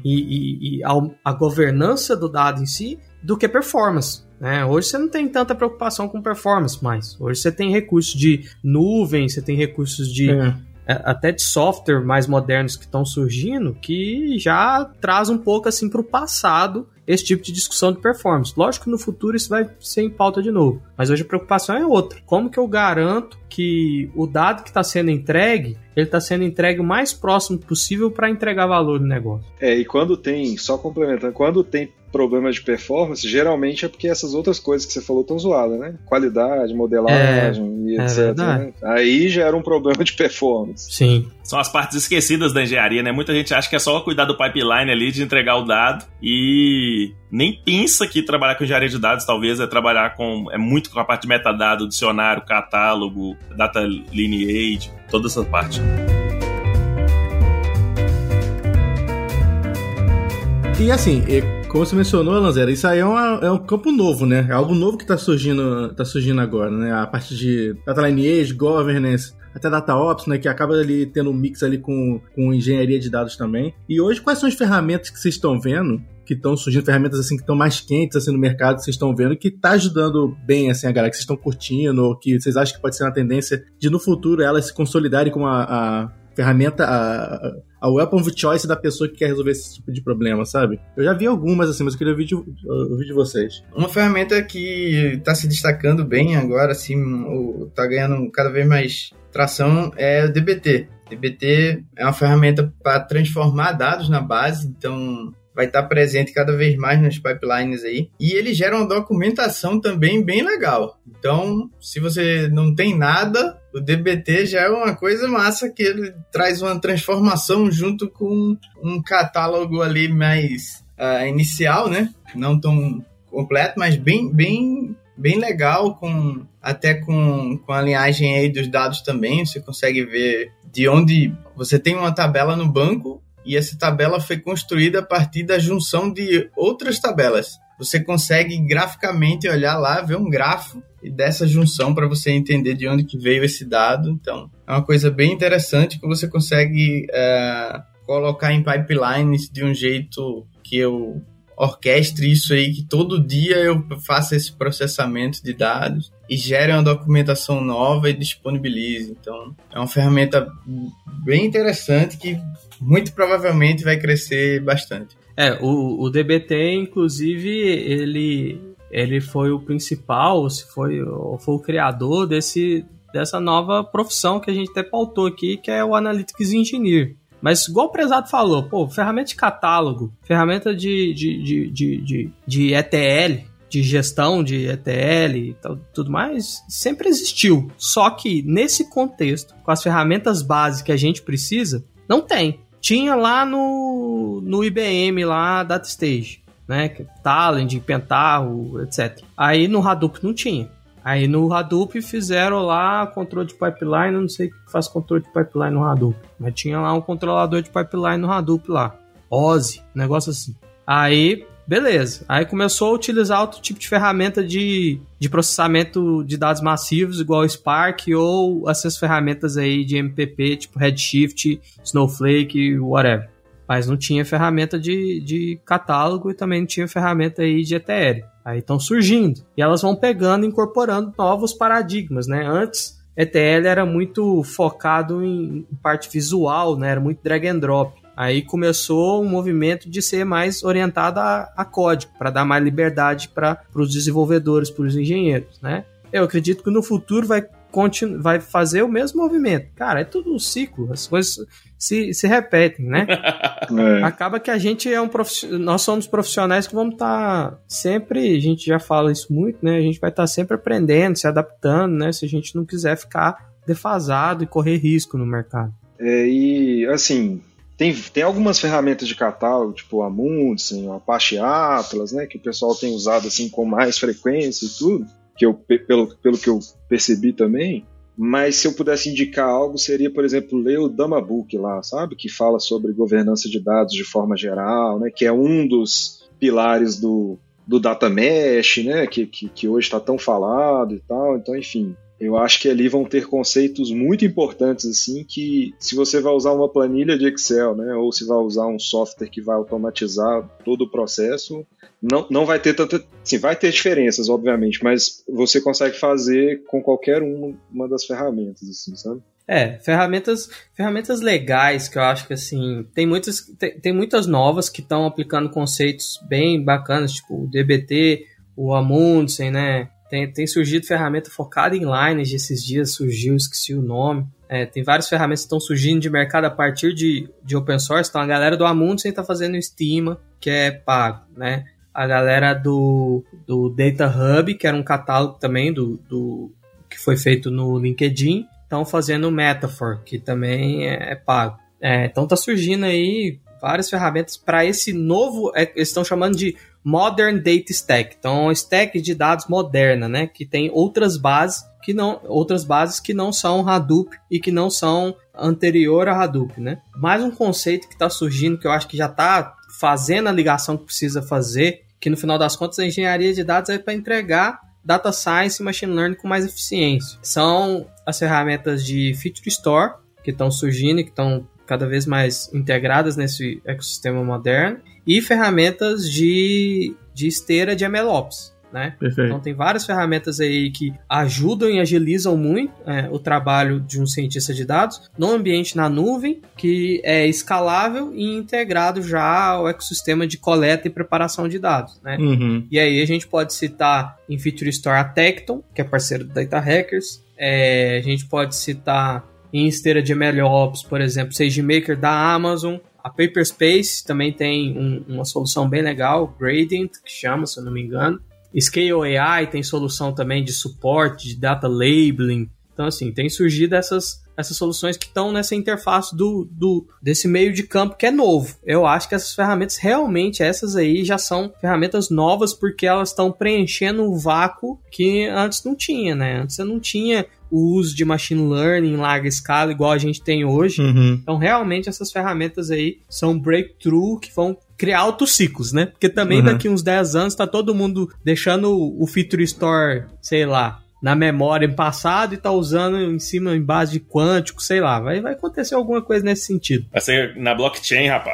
e à governança do dado em si, do que performance. Né? Hoje você não tem tanta preocupação com performance mais. Hoje você tem recursos de nuvem, você tem recursos de até de software mais modernos que estão surgindo, que já traz um pouco assim para o passado esse tipo de discussão de performance. Lógico que no futuro isso vai ser em pauta de novo, mas hoje a preocupação é outra. Como que eu garanto que o dado que está sendo entregue, ele está sendo entregue o mais próximo possível para entregar valor no negócio? E quando tem, só complementando, quando tem problemas de performance, geralmente é porque essas outras coisas que você falou estão zoadas, né? Qualidade, modelagem e etc. Né? Aí já era um problema de performance. Sim. São as partes esquecidas da engenharia, né? Muita gente acha que é só cuidar do pipeline ali, de entregar o dado, e nem pensa que trabalhar com engenharia de dados talvez é muito com a parte de metadado, dicionário, catálogo, data lineage, toda essa parte. E assim, como você mencionou, Lanzera, isso aí é um campo novo, né? É algo novo que tá surgindo agora, né? A parte de data lineage, governance, até DataOps, né? Que acaba ali tendo um mix ali com engenharia de dados também. E hoje, quais são as ferramentas que vocês estão vendo, que estão surgindo, ferramentas assim que estão mais quentes assim no mercado, que vocês estão vendo, que tá ajudando bem assim a galera, que vocês estão curtindo, ou que vocês acham que pode ser uma tendência de no futuro elas se consolidarem como a ferramenta, a weapon of choice da pessoa que quer resolver esse tipo de problema, sabe? Eu já vi algumas assim, mas eu queria ouvir de vocês. Uma ferramenta que está se destacando bem agora, assim, tá ganhando cada vez mais tração, é o DBT. DBT é uma ferramenta para transformar dados na base, então vai estar presente cada vez mais nas pipelines aí. E ele gera uma documentação também bem legal. Então, se você não tem nada, o DBT já é uma coisa massa, que ele traz uma transformação junto com um catálogo ali mais inicial, né? Não tão completo, mas bem legal, até com a linhagem aí dos dados também. Você consegue ver de onde você tem uma tabela no banco, e essa tabela foi construída a partir da junção de outras tabelas. Você consegue graficamente olhar lá, ver um grafo dessa junção para você entender de onde que veio esse dado. Então, é uma coisa bem interessante que você consegue colocar em pipelines de um jeito que eu orquestre isso aí, que todo dia eu faça esse processamento de dados e gere uma documentação nova e disponibilize. Então, é uma ferramenta bem interessante que muito provavelmente vai crescer bastante. O DBT, inclusive, ele foi o principal, foi o criador dessa nova profissão que a gente até pautou aqui, que é o Analytics Engineer. Mas, igual o Prezado falou, ferramenta de catálogo, ferramenta de ETL, de gestão de ETL e tudo mais, sempre existiu. Só que, nesse contexto, com as ferramentas básicas que a gente precisa, não tem. Tinha lá no IBM, lá, DataStage, né? Talend, Pentaho, etc. Aí no Hadoop não tinha. Aí no Hadoop fizeram lá controle de pipeline, eu não sei o que faz controle de pipeline no Hadoop, mas tinha lá um controlador de pipeline no Hadoop lá. OSI, negócio assim. Aí, beleza. Aí começou a utilizar outro tipo de ferramenta de processamento de dados massivos, igual Spark, ou essas ferramentas aí de MPP, tipo Redshift, Snowflake, whatever. mas não tinha ferramenta de catálogo e também não tinha ferramenta aí de ETL. Aí estão surgindo. E elas vão pegando e incorporando novos paradigmas, né? Antes, ETL era muito focado em parte visual, né? Era muito drag and drop. Aí começou um movimento de ser mais orientado a código, para dar mais liberdade para os desenvolvedores, para os engenheiros, né? Eu acredito que no futuro vai fazer o mesmo movimento. Cara, é tudo um ciclo, as coisas se repetem, né? Acaba que a gente nós somos profissionais que vamos estar sempre, a gente já fala isso muito, né? A gente vai estar sempre aprendendo, se adaptando, né? Se a gente não quiser ficar defasado e correr risco no mercado. E assim, tem algumas ferramentas de catálogo, tipo a Amundsen, a Apache Atlas, né? Que o pessoal tem usado assim com mais frequência e tudo. Pelo que eu percebi também, mas se eu pudesse indicar algo, seria, por exemplo, ler o Dama Book lá, sabe? Que fala sobre governança de dados de forma geral, né? Que é um dos pilares do Data Mesh, né? Que hoje está tão falado e tal. Então, enfim, eu acho que ali vão ter conceitos muito importantes, assim, que se você vai usar uma planilha de Excel, né? Ou se vai usar um software que vai automatizar todo o processo, não vai ter tanta... Sim, vai ter diferenças, obviamente, mas você consegue fazer com qualquer uma das ferramentas, assim, sabe? Ferramentas legais que eu acho que, assim, tem muitas novas que estão aplicando conceitos bem bacanas, tipo o DBT, o Amundsen, né? Tem surgido ferramenta focada em Lineage esses dias, esqueci o nome. Tem várias ferramentas que estão surgindo de mercado a partir de open source. Então a galera do Amundsen está fazendo Estima, que é pago, né? A galera do Data Hub, que era um catálogo também que foi feito no LinkedIn, estão fazendo o Metaphor, que também é pago. Então tá surgindo aí várias ferramentas para esse novo, eles estão chamando de Modern Data Stack. Então, uma stack de dados moderna, né? Que tem outras bases que não são Hadoop e que não são anterior a Hadoop, né? Mais um conceito que está surgindo, que eu acho que já está fazendo a ligação que precisa fazer, que no final das contas a engenharia de dados é para entregar Data Science e Machine Learning com mais eficiência. São as ferramentas de Feature Store que estão surgindo e que estão cada vez mais integradas nesse ecossistema moderno, e ferramentas de esteira de MLOps, né? Perfeito. Então tem várias ferramentas aí que ajudam e agilizam muito o trabalho de um cientista de dados no ambiente na nuvem, que é escalável e integrado já ao ecossistema de coleta e preparação de dados, né? Uhum. E aí a gente pode citar em Feature Store a Tecton, que é parceiro do Data Hackers. A gente pode citar em esteira de MLOps, por exemplo, SageMaker da Amazon. A Paperspace também tem uma solução bem legal, Gradient, que chama, se eu não me engano. Scale AI tem solução também de suporte, de data labeling. Então, assim, tem surgido essas soluções que estão nessa interface desse meio de campo que é novo. Eu acho que essas ferramentas, realmente, essas aí já são ferramentas novas porque elas estão preenchendo um vácuo que antes não tinha, né? Antes você não tinha o uso de machine learning em larga escala igual a gente tem hoje. Uhum. Então, realmente, essas ferramentas aí são breakthrough que vão criar altos ciclos, né? Porque também daqui uns 10 anos tá todo mundo deixando o Feature Store, sei lá, na memória em passado e tá usando em base de quântico, sei lá. Vai acontecer alguma coisa nesse sentido. Vai ser na blockchain, rapaz.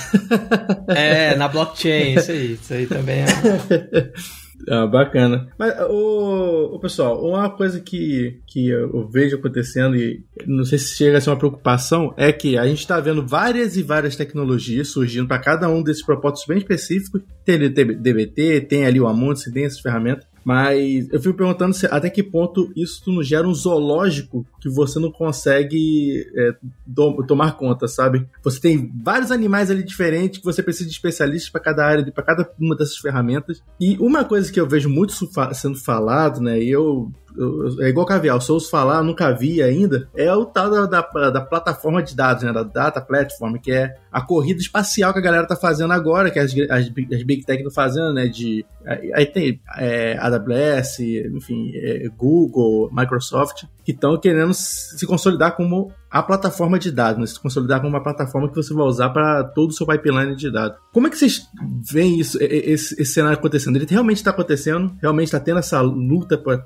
Na blockchain, isso aí também é... Bacana. Mas, pessoal, uma coisa que eu vejo acontecendo, e não sei se chega a ser uma preocupação, é que a gente está vendo várias e várias tecnologias surgindo para cada um desses propósitos bem específicos. Tem ali o DBT, tem ali o Amundsen, tem essas ferramentas. Mas eu fico perguntando até que ponto isso não gera um zoológico que você não consegue tomar conta, sabe? Você tem vários animais ali diferentes que você precisa de especialistas para cada área, para cada uma dessas ferramentas. E uma coisa que eu vejo muito sendo falado, né? E é igual caviar, se eu ouço falar, nunca vi ainda, é o tal da plataforma de dados, né? Da Data Platform, que é a corrida espacial que a galera tá fazendo agora, que as Big Tech estão fazendo, né? Aí tem a AWS, enfim, Google, Microsoft, que estão querendo se consolidar como a plataforma de dados, né? Se consolidar como uma plataforma que você vai usar para todo o seu pipeline de dados. Como é que vocês veem isso, esse cenário acontecendo? Ele realmente está acontecendo? Realmente está tendo essa luta para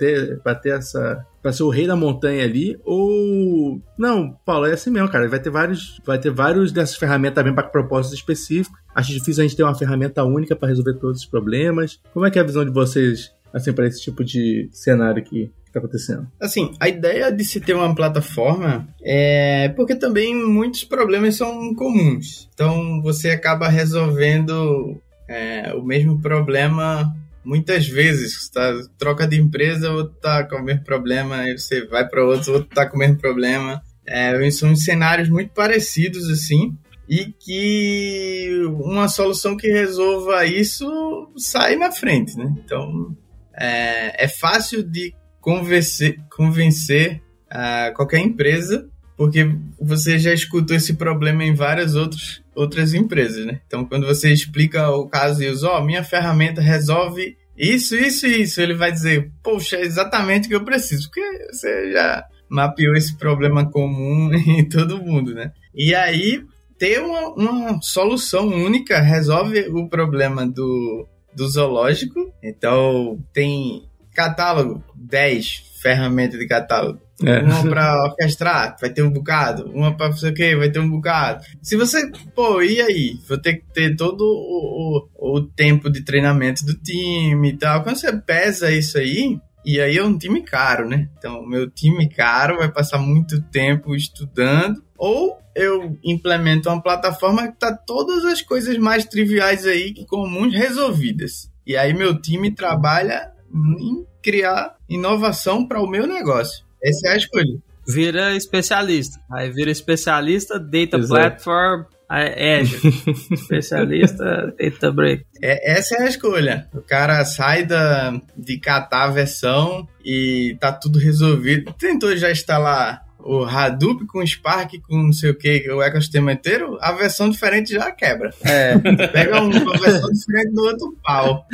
ser o rei da montanha ali? Ou não, Paulo, é assim mesmo, cara. Vai ter vários dessas ferramentas também para propósitos específicos. Acho difícil a gente ter uma ferramenta única para resolver todos os problemas. Como é que é a visão de vocês assim para esse tipo de cenário aqui? Está acontecendo? Assim, a ideia de se ter uma plataforma é porque também muitos problemas são comuns. Então, você acaba resolvendo o mesmo problema muitas vezes. Tá? Troca de empresa, outro está com o mesmo problema, aí você vai para outro está com o mesmo problema. São cenários muito parecidos, assim, e que uma solução que resolva isso sai na frente, né? Então, é fácil de convencer qualquer empresa, porque você já escutou esse problema em várias outras empresas, né? Então, quando você explica o caso e diz, minha ferramenta resolve isso, ele vai dizer, poxa, é exatamente o que eu preciso, porque você já mapeou esse problema comum em todo mundo, né? E aí, ter uma solução única resolve o problema do zoológico. Então, tem catálogo, 10 ferramentas de catálogo. Uma para orquestrar, vai ter um bocado. Uma para não sei o que, vai ter um bocado. Se você, e aí? Vou ter que ter todo o tempo de treinamento do time e tal. Quando você pesa isso aí, e aí é um time caro, né? Então, o meu time caro vai passar muito tempo estudando. Ou eu implemento uma plataforma que tá todas as coisas mais triviais aí, comuns, resolvidas. E aí meu time trabalha em criar inovação para o meu negócio. Essa é a escolha. Vira especialista. Aí vira especialista, Data Platform, Azure. Especialista, Databricks. Essa é a escolha. O cara sai de catar a versão e tá tudo resolvido. Tentou já instalar o Hadoop com Spark, com não sei o que, o ecossistema inteiro, a versão diferente já quebra. Pega uma versão diferente do outro pau.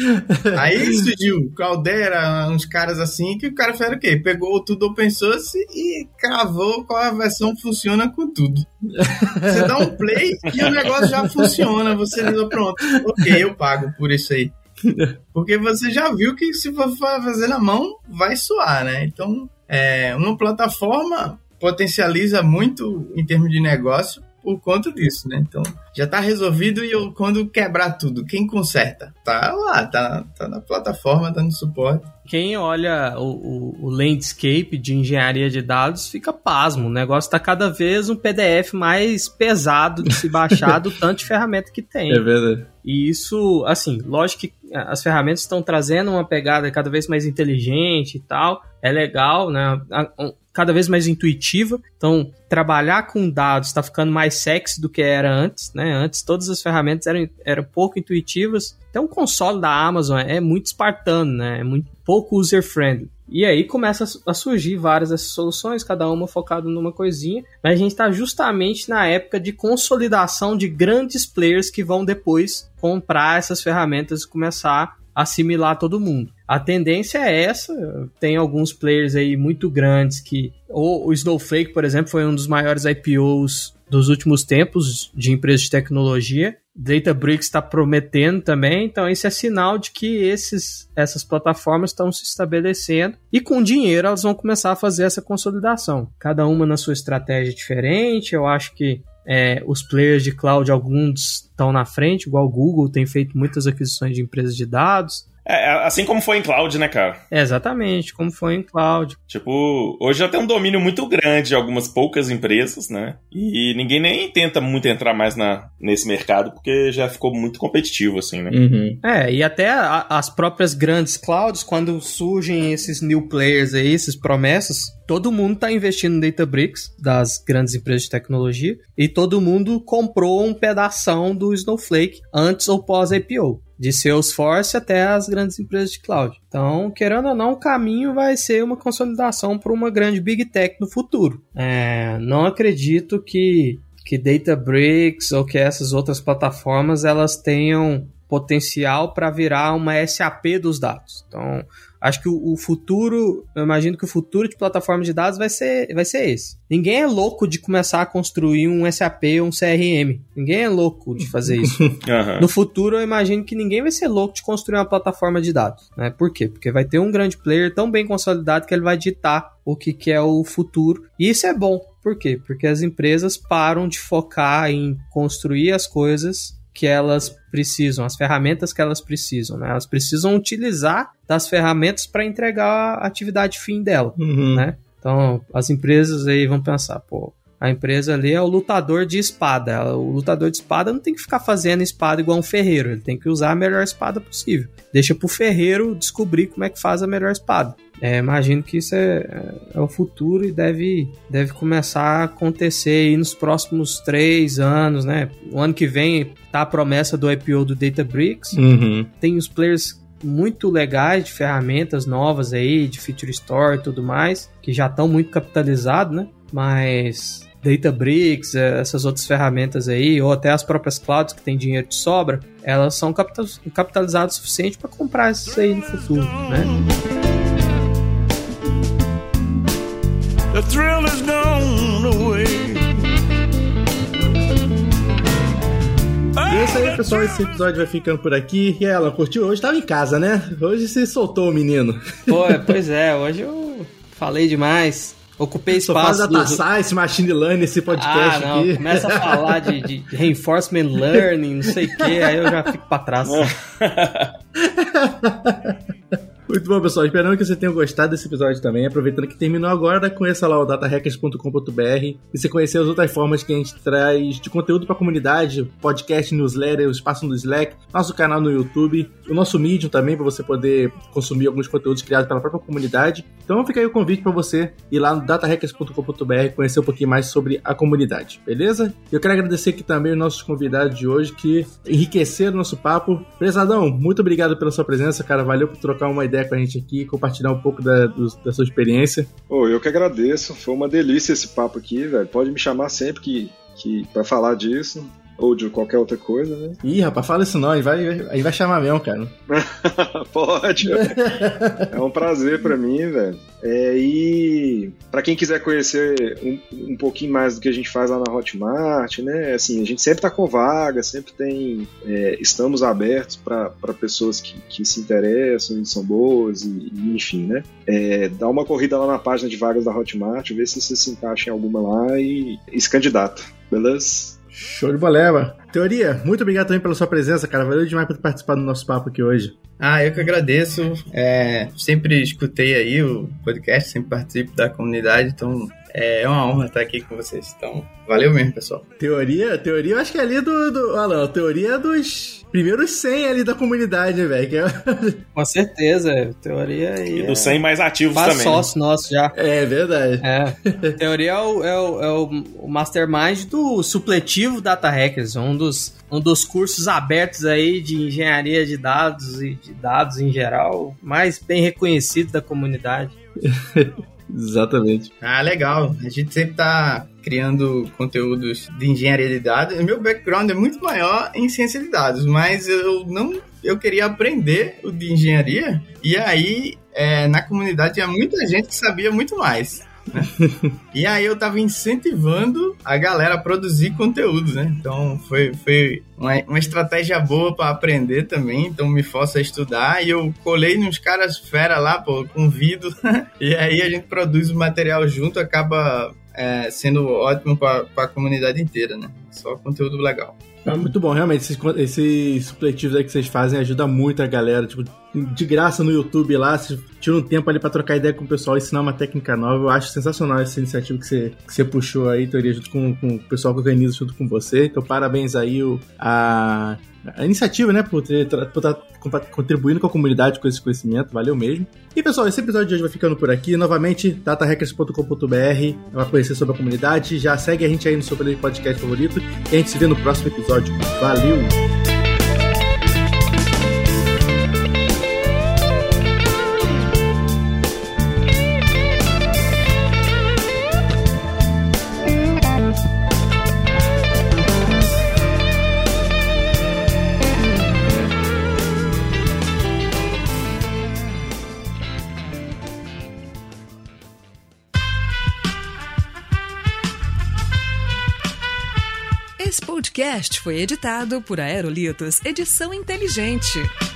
Aí surgiu Cloudera, uns caras assim, que o cara fez o quê? Pegou tudo open source e cravou qual a versão funciona com tudo. Você dá um play e o negócio já funciona. Você diz, pronto, ok, eu pago por isso aí. Porque você já viu que se for fazer na mão, vai suar, né? Então, uma plataforma potencializa muito em termos de negócio por conta disso, né? Então, já está resolvido e quando quebrar tudo, quem conserta? Tá lá, tá na plataforma, tá no suporte. Quem olha o landscape de engenharia de dados fica pasmo. O negócio está cada vez um PDF mais pesado de se baixar do tanto de ferramenta que tem. É verdade. E isso, assim, lógico que as ferramentas estão trazendo uma pegada cada vez mais inteligente e tal. É legal, né? Cada vez mais intuitiva. Então, trabalhar com dados está ficando mais sexy do que era antes, né? Antes, todas as ferramentas eram pouco intuitivas. Então, o console da Amazon é muito espartano, né? É muito pouco user-friendly. E aí começa a surgir várias dessas soluções, cada uma focada numa coisinha. Mas a gente está justamente na época de consolidação de grandes players que vão depois comprar essas ferramentas e começar a assimilar todo mundo. A tendência é essa. Tem alguns players aí muito grandes que... O Snowflake, por exemplo, foi um dos maiores IPOs dos últimos tempos de empresas de tecnologia. Databricks está prometendo também, então esse é sinal de que essas plataformas estão se estabelecendo e com dinheiro elas vão começar a fazer essa consolidação. Cada uma na sua estratégia diferente. Eu acho que os players de cloud, alguns estão na frente, igual o Google tem feito muitas aquisições de empresas de dados. Assim como foi em cloud, né, cara? Exatamente, como foi em cloud. Tipo, hoje já tem um domínio muito grande de algumas poucas empresas, né? E ninguém nem tenta muito entrar mais nesse mercado, porque já ficou muito competitivo, assim, né? Uhum. E até as próprias grandes clouds, quando surgem esses new players aí, essas promessas, todo mundo está investindo em Databricks, das grandes empresas de tecnologia, e todo mundo comprou um pedação do Snowflake antes ou pós-IPO. De Salesforce até as grandes empresas de cloud. Então, querendo ou não, o caminho vai ser uma consolidação para uma grande Big Tech no futuro. Não acredito que Databricks ou que essas outras plataformas elas tenham potencial para virar uma SAP dos dados. Então, acho que o futuro, eu imagino que o futuro de plataforma de dados vai ser esse. Ninguém é louco de começar a construir um SAP ou um CRM. Ninguém é louco de fazer isso. Uhum. No futuro, eu imagino que ninguém vai ser louco de construir uma plataforma de dados. Né? Por quê? Porque vai ter um grande player tão bem consolidado que ele vai ditar o que é o futuro. E isso é bom. Por quê? Porque as empresas param de focar em construir as coisas que elas precisam, as ferramentas que elas precisam, né? Elas precisam utilizar das ferramentas para entregar a atividade fim dela, né? Então, as empresas aí vão pensar, a empresa ali é o lutador de espada. O lutador de espada não tem que ficar fazendo espada igual um ferreiro, ele tem que usar a melhor espada possível. Deixa pro ferreiro descobrir como é que faz a melhor espada. Imagino que isso é o futuro e deve começar a acontecer aí nos próximos 3 anos, né? O ano que vem tá a promessa do IPO do Databricks. Tem os players muito legais de ferramentas novas aí, de Feature Store e tudo mais, que já estão muito capitalizados, né? Mas Databricks, essas outras ferramentas aí, ou até as próprias clouds que tem dinheiro de sobra, elas são capitalizadas o suficiente para comprar isso aí no futuro, né? The thrill is gone away. E é isso aí, pessoal. Esse episódio vai ficando por aqui. E ela curtiu? Hoje tava em casa, né? Hoje você soltou o menino. Pois é, hoje eu falei demais. Ocupei espaço. Só faz data science, machine learning, esse podcast aqui. Começa a falar de reinforcement learning, não sei o que, aí eu já fico pra trás. Muito bom, pessoal. Esperando que você tenha gostado desse episódio também. Aproveitando que terminou agora, conheça lá o datahackers.com.br e você conhecer as outras formas que a gente traz de conteúdo para a comunidade, podcast, newsletter, o espaço no Slack, nosso canal no YouTube, o nosso Medium também, para você poder consumir alguns conteúdos criados pela própria comunidade. Então fica aí o convite para você ir lá no datahackers.com.br conhecer um pouquinho mais sobre a comunidade, beleza? Eu quero agradecer aqui também os nossos convidados de hoje que enriqueceram o nosso papo. Prezadão, muito obrigado pela sua presença, cara. Valeu por trocar uma ideia com a gente aqui, compartilhar um pouco da sua experiência. Eu que agradeço, foi uma delícia esse papo aqui, velho. Pode me chamar sempre que pra falar disso, ou de qualquer outra coisa, né? Ih, rapaz, fala isso não, aí vai chamar mesmo, cara. Pode, é um prazer pra mim, velho. E pra quem quiser conhecer um pouquinho mais do que a gente faz lá na Hotmart, né? Assim, a gente sempre tá com vaga, sempre tem. Estamos abertos pra pessoas que se interessam e são boas, e enfim, né? Dá uma corrida lá na página de vagas da Hotmart, vê se você se encaixa em alguma lá e se candidata, beleza? Show de bola. Teoria, muito obrigado também pela sua presença, cara. Valeu demais por participar do nosso papo aqui hoje. Eu que agradeço. Sempre escutei aí o podcast, sempre participo da comunidade, então é uma honra estar aqui com vocês. Então, valeu mesmo, pessoal. Teoria, eu acho que é ali Alan, teoria é dos primeiros 100 ali da comunidade, velho. Com certeza, teoria aí. E dos 100 mais ativos faz também. Sócio nosso já. É verdade. Teoria é o mastermind do supletivo Data Hackers, um dos cursos abertos aí de engenharia de dados e de dados em geral, mais bem reconhecido da comunidade. Exatamente. Legal. A gente sempre tá criando conteúdos de engenharia de dados. O meu background é muito maior em ciência de dados, mas eu queria aprender o de engenharia, e aí na comunidade tinha muita gente que sabia muito mais, né? E aí eu tava incentivando a galera a produzir conteúdos, né? Então foi uma estratégia boa para aprender também, então me força a estudar, e eu colei nos caras fera lá, convido, e aí a gente produz o material junto, acaba sendo ótimo para a comunidade inteira, né? Só conteúdo legal. Muito bom, realmente, esses supletivos aí que vocês fazem ajudam muito a galera, tipo, de graça no YouTube lá, vocês tiram um tempo ali pra trocar ideia com o pessoal, ensinar uma técnica nova. Eu acho sensacional essa iniciativa que você puxou aí, Teoria, junto com o pessoal que organiza junto com você. Então, parabéns aí a iniciativa, né, por estar contribuindo com a comunidade com esse conhecimento, valeu mesmo. E pessoal, esse episódio de hoje vai ficando por aqui. Novamente, datahackers.com.br, vai conhecer sobre a comunidade, já segue a gente aí no seu podcast favorito e a gente se vê no próximo episódio. Valeu! Esse podcast foi editado por Aerolitos Edição Inteligente.